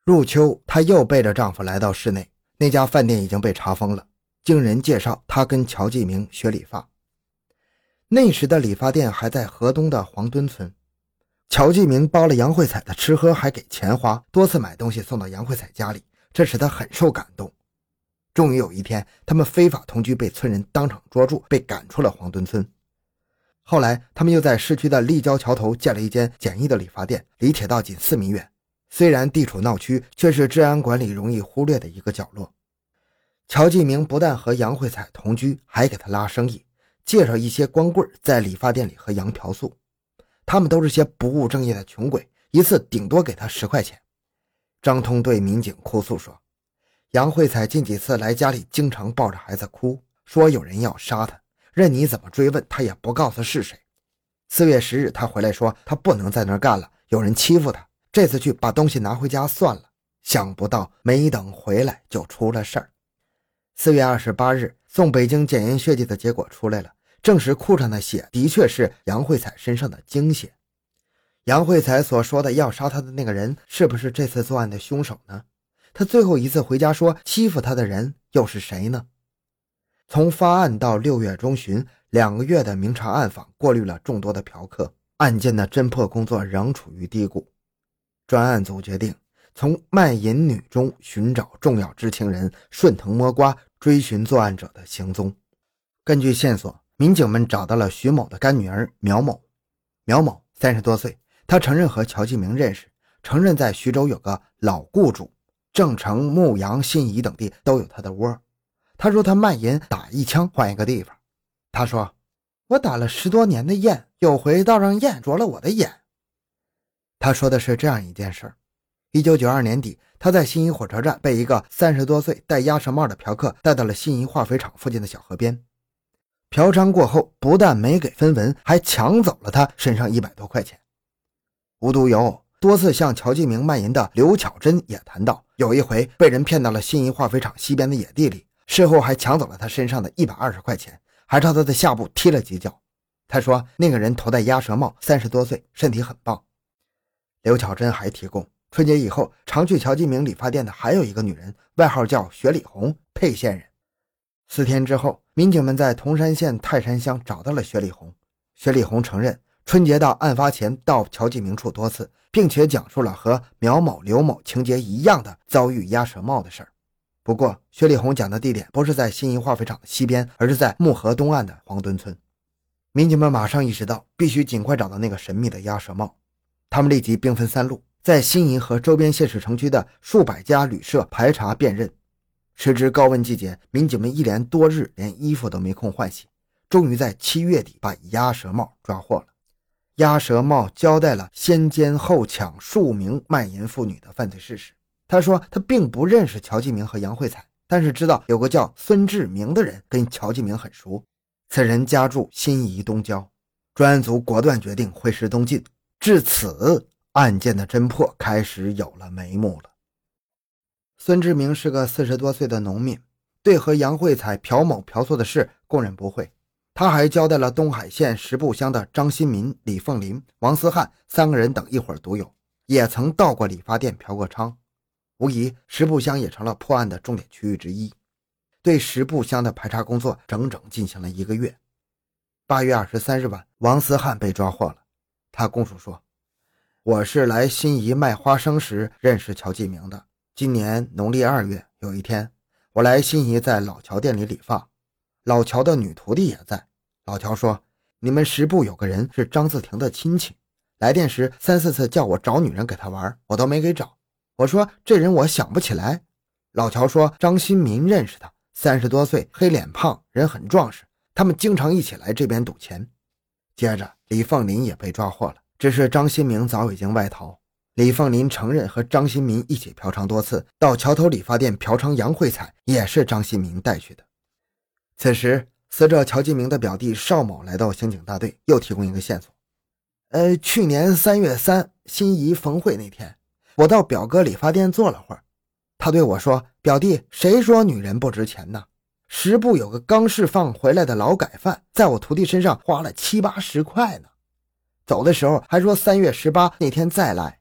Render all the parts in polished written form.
入秋，她又背着丈夫来到市内，那家饭店已经被查封了。经人介绍，她跟乔继明学理发。那时的理发店还在河东的黄墩村。乔继明包了杨慧彩的吃喝，还给钱花，多次买东西送到杨慧彩家里，这使她很受感动。终于有一天，他们非法同居被村人当场捉住，被赶出了黄墩村。后来他们又在市区的立交桥头建了一间简易的理发店，离铁道仅4米远。虽然地处闹区，却是治安管理容易忽略的一个角落。乔继明不但和杨慧彩同居，还给她拉生意，介绍一些光棍在理发店里和杨嫖宿。他们都是些不务正业的穷鬼，一次顶多给他10块钱。张通对民警哭诉说，杨慧彩近几次来家里经常抱着孩子哭，说有人要杀他，任你怎么追问他也不告诉是谁。4月10日他回来说他不能在那儿干了，有人欺负他，这次去把东西拿回家算了。想不到没等回来就出了事儿。4月28日送北京检验血迹的结果出来了，证实裤上的血的确是杨慧彩身上的精血。杨慧彩所说的要杀她的那个人是不是这次作案的凶手呢？她最后一次回家说欺负她的人又是谁呢？从发案到6月中旬2个月的明察暗访，过滤了众多的嫖客，案件的侦破工作仍处于低谷。专案组决定从卖淫女中寻找重要知情人，顺藤摸瓜追寻作案者的行踪。根据线索，民警们找到了徐某的干女儿苗某。苗某30多岁，她承认和乔继明认识，承认在徐州有个老雇主，郑城、牧羊、信宜等地都有她的窝。她说她卖淫打一枪换一个地方。她说我打了10多年的烟，有回倒让烟啄了我的眼。她说的是这样一件事：1992年底，她在信宜火车站被一个30多岁戴鸭舌帽的嫖客带到了信宜化肥厂附近的小河边。嫖娼过后，不但没给分文，还抢走了他身上100多块钱。无独有偶，多次向乔继明卖淫的刘巧珍也谈到，有一回被人骗到了信宜化肥厂西边的野地里，事后还抢走了他身上的120块钱，还朝他的下部踢了几脚。他说那个人头戴鸭舌帽，30多岁，身体很棒。刘巧珍还提供，春节以后常去乔继明理发店的还有一个女人，外号叫雪里红，沛县人。4天之后，民警们在铜山县泰山乡找到了雪里红。雪里红承认春节到案发前到乔继明处多次，并且讲述了和苗某、刘某情节一样的遭遇鸭舌帽的事儿。不过雪里红讲的地点不是在信宜化肥厂的西边，而是在木河东岸的黄墩村。民警们马上意识到必须尽快找到那个神秘的鸭舌帽，他们立即兵分3路，在信宜和周边县市城区的数百家旅社排查辨认。时值高温季节，民警们一连多日连衣服都没空换洗，终于在7月底把鸭舌帽抓获了。鸭舌帽交代了先奸后抢数名卖淫妇女的犯罪事实。他说他并不认识乔继明和杨慧彩，但是知道有个叫孙志明的人跟乔继明很熟，此人家住新宜东郊。专案组果断决定挥师东进，至此案件的侦破开始有了眉目了。孙志明是个40多岁的农民，对和杨慧彩嫖某嫖宿的事供认不讳。他还交代了东海县石步乡的张新民、李凤林、王思汉3个人等一伙独有，也曾到过理发店嫖过娼。无疑石步乡也成了破案的重点区域之一。对石步乡的排查工作整整进行了1个月。8月23日晚，王思汉被抓获了。他供述说，我是来新宜卖花生时认识乔继明的。今年农历2月有一天，我来新宜在老乔店里理发，老乔的女徒弟也在。老乔说，你们石步有个人是张自庭的亲戚，来电时3、4次叫我找女人给他玩，我都没给找。我说这人我想不起来。老乔说张新民认识他，30多岁，黑脸胖，人很壮实，他们经常一起来这边赌钱。接着李凤林也被抓获了，只是张新明早已经外逃。李凤林承认和张新民一起嫖娼多次，到桥头理发店嫖娼杨慧彩也是张新民带去的。此时死者乔继明的表弟邵某来到刑警大队，又提供一个线索。去年3月3新宜逢会那天，我到表哥理发店坐了会儿，他对我说，表弟，谁说女人不值钱呢？石步有个刚释放回来的劳改犯，在我徒弟身上花了70、80块呢。走的时候还说3月18那天再来。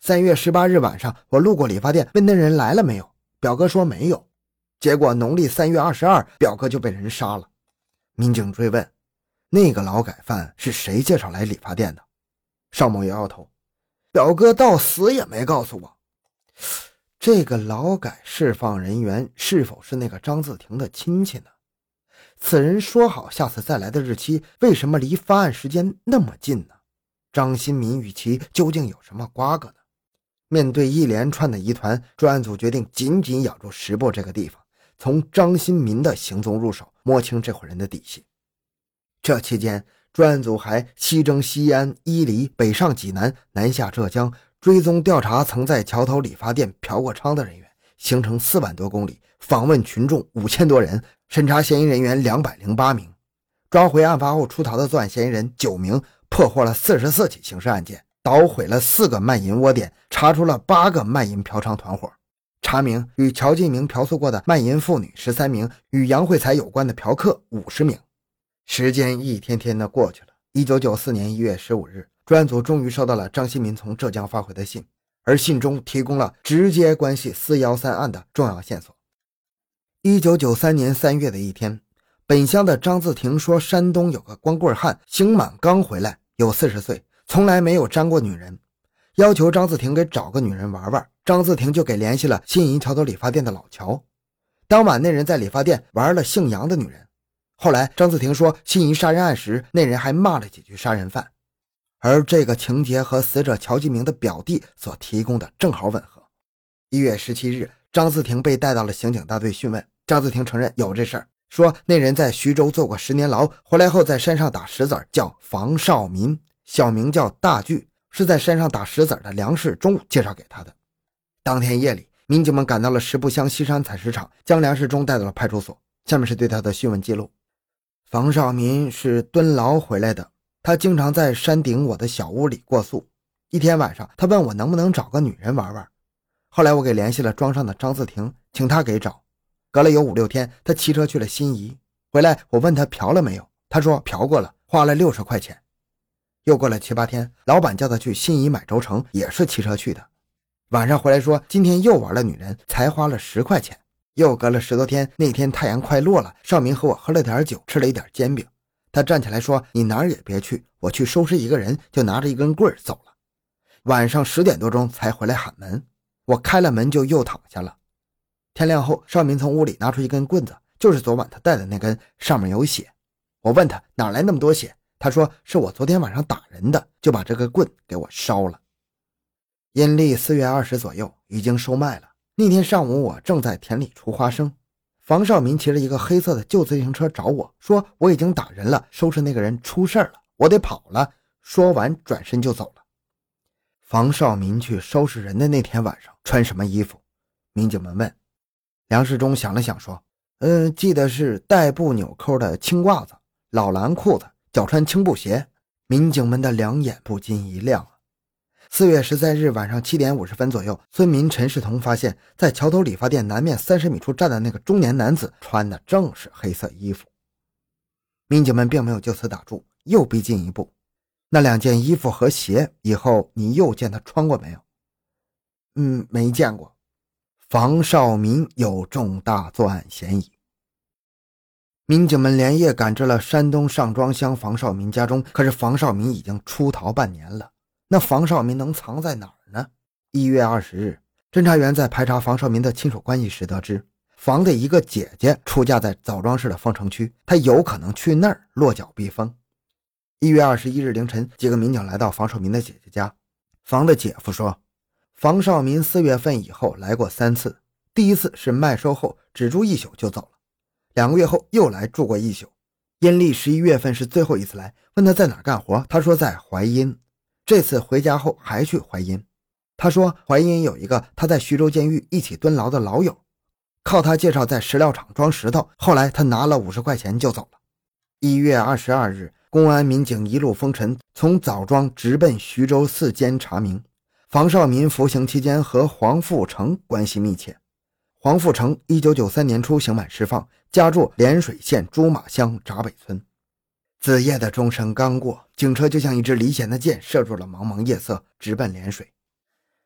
3月18日晚上，我路过理发店，问那人来了没有，表哥说没有。结果农历3月22，表哥就被人杀了。民警追问，那个劳改犯是谁介绍来理发店的？邵某摇摇头，表哥到死也没告诉我。这个劳改释放人员是否是那个张自庭的亲戚呢？此人说好下次再来的日期，为什么离发案时间那么近呢？张新民与其究竟有什么瓜葛呢？面对一连串的疑团，专案组决定紧紧咬住石埠这个地方，从张新民的行踪入手，摸清这伙人的底细。这期间，专案组还西征西安、伊犁，北上济南，南下浙江，追踪调查曾在桥头理发店嫖过娼的人员，行程4万多公里，访问群众5000多人，审查嫌疑人员208名，抓回案发后出逃的作案嫌疑人9名，破获了44起刑事案件，捣毁了4个卖淫窝点，查出了8个卖淫嫖娼团伙，查明与乔继明嫖宿过的卖淫妇女13名，与杨慧才有关的嫖客50名。时间一天天的过去了。1994年1月15日，专案组终于收到了张新民从浙江发回的信，而信中提供了直接关系413案的重要线索。1993年3月的一天，本乡的张自庭说山东有个光棍汉刑满刚回来，有40岁，从来没有沾过女人，要求张自庭给找个女人玩玩。张自庭就给联系了新沂桥头理发店的老乔。当晚那人在理发店玩了姓杨的女人。后来张自庭说新沂杀人案时，那人还骂了几句杀人犯，而这个情节和死者乔继明的表弟所提供的正好吻合。1月17日，张自庭被带到了刑警大队讯问。张自庭承认有这事儿，说那人在徐州坐过10年牢，回来后在山上打石子，叫房少民，小名叫大巨，是在山上打石子的梁氏忠介绍给他的。当天夜里，民警们赶到了石埠乡西山采石场，将梁氏忠带到了派出所。下面是对他的讯问记录。房少民是蹲牢回来的，他经常在山顶我的小屋里过宿。一天晚上，他问我能不能找个女人玩玩。后来我给联系了庄上的张自庭，请他给找。隔了有5、6天，他骑车去了新沂，回来我问他嫖了没有，他说嫖过了，花了60块钱。又过了7、8天，老板叫他去新沂买轴承，也是骑车去的。晚上回来说今天又玩了女人，才花了10块钱。又隔了10多天，那天太阳快落了，少民和我喝了点酒，吃了一点煎饼。他站起来说你哪儿也别去，我去收拾一个人，就拿着一根棍走了。晚上10点多钟才回来喊门，我开了门就又躺下了。天亮后，少民从屋里拿出一根棍子，就是昨晚他带的那根，上面有血。我问他哪来那么多血，他说是我昨天晚上打人的，就把这个棍给我烧了。阴历4月20左右，已经收麦了。那天上午我正在田里除花生，房少民骑着一个黑色的旧自行车找我，说我已经打人了，收拾那个人出事了，我得跑了。说完转身就走了。房少民去收拾人的那天晚上穿什么衣服？民警们问。梁世忠想了想说记得是带布纽扣的青褂子，老蓝裤子，脚穿青布鞋。民警们的两眼不禁一亮。4月13日晚上7点50分左右，村民陈世同发现在桥头理发店南面30米处站的那个中年男子穿的正是黑色衣服。民警们并没有就此打住，又逼近一步。那2件衣服和鞋以后你又见他穿过没有？没见过。房少民有重大作案嫌疑。民警们连夜赶至了山东上庄乡房少民家中，可是房少民已经出逃半年了。那房少民能藏在哪儿呢？1月20日，侦查员在排查房少民的亲属关系时得知，房的一个姐姐出嫁在枣庄市的凤城区，他有可能去那儿落脚避风。1月21日凌晨，几个民警来到房少民的姐姐家。房的姐夫说，房少民4月份以后来过3次，第一次是麦收后只住1宿就走了，2个月后又来住过1宿。阴历11月份是最后一次来，问他在哪儿干活，他说在淮阴。这次回家后还去淮阴，他说淮阴有一个他在徐州监狱一起蹲牢的老友，靠他介绍在石料厂装石头，后来他拿了50块钱就走了。1月22日，公安民警一路风尘，从枣庄直奔徐州4监查明，房少民服刑期间和黄富成关系密切。黄富成1993年初刑满释放，家住涟水县朱马乡闸北村。子夜的钟声刚过，警车就像一支离弦的箭射入了茫茫夜色，直奔涟水。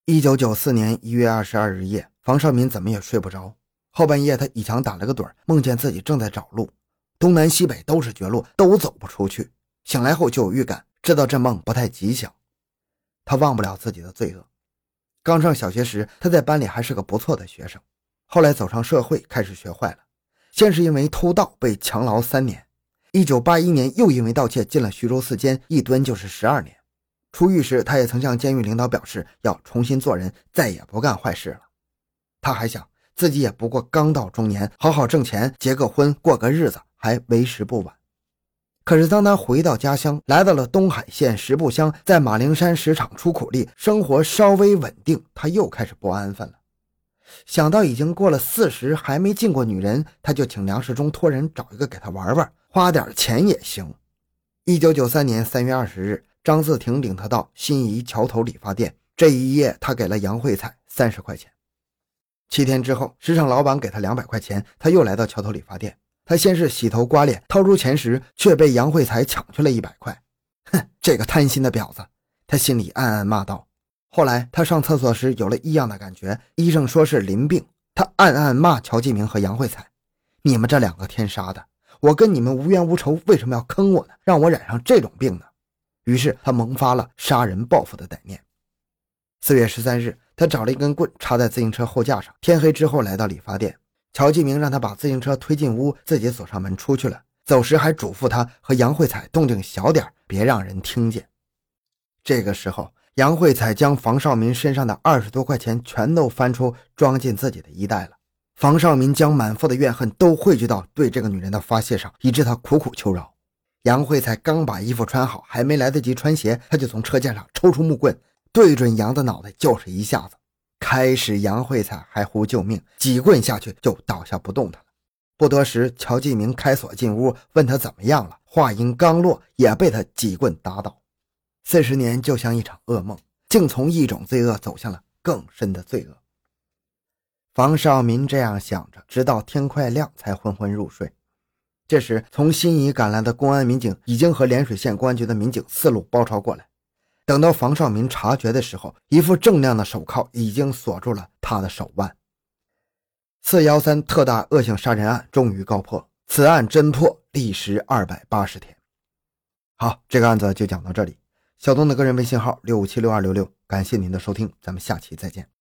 1994年1月22日夜，房少民怎么也睡不着。后半夜他一墙打了个盹，梦见自己正在找路，东南西北都是绝路，都走不出去。醒来后就有预感，知道这梦不太吉祥。他忘不了自己的罪恶。刚上小学时，他在班里还是个不错的学生，后来走上社会开始学坏了。先是因为偷盗被强劳3年，1981年又因为盗窃进了徐州4监，一蹲就是12年。出狱时，他也曾向监狱领导表示要重新做人，再也不干坏事了。他还想自己也不过刚到中年，好好挣钱，结个婚，过个日子还为时不晚。可是当他回到家乡，来到了东海县石埠乡，在马铃山石场出苦力，生活稍微稳定，他又开始不安分了。想到已经过了40还没进过女人，他就请梁世忠托人找一个给他玩玩，花点钱也行。1993年3月20日，张自廷领他到新沂桥头理发店，这一夜他给了杨慧彩30块钱。7天之后，石场老板给他200块钱，他又来到桥头理发店。他先是洗头刮脸，掏出钱时却被杨慧彩抢去了100块。哼，这个贪心的婊子，他心里暗暗骂道。后来他上厕所时有了异样的感觉，医生说是淋病。他暗暗骂乔继明和杨慧彩，你们这2个天杀的，我跟你们无冤无仇，为什么要坑我呢？让我染上这种病呢？于是他萌发了杀人报复的歹念。4月13日，他找了一根棍插在自行车后架上，天黑之后来到理发店。乔继明让他把自行车推进屋，自己锁上门出去了，走时还嘱咐他和杨慧彩动静小点，别让人听见。这个时候，杨慧彩将房少民身上的20多块钱全都翻出，装进自己的衣袋了。房少民将满腹的怨恨都汇聚到对这个女人的发泄上，以致他苦苦求饶。杨慧彩刚把衣服穿好，还没来得及穿鞋，他就从车架上抽出木棍，对准杨的脑袋就是一下子。开始杨慧彩还呼救命，几棍下去就倒下不动弹了。不多时，乔继明开锁进屋，问他怎么样了，话音刚落，也被他几棍打倒。40年就像一场噩梦，竟从一种罪恶走向了更深的罪恶。房少民这样想着，直到天快亮才昏昏入睡。这时从新沂赶来的公安民警已经和涟水县公安局的民警4路包抄过来。等到房少民察觉的时候，一副锃亮的手铐已经锁住了他的手腕。413特大恶性杀人案终于告破，此案侦破历时280天。好，这个案子就讲到这里。小东的个人微信号6576266，感谢您的收听，咱们下期再见。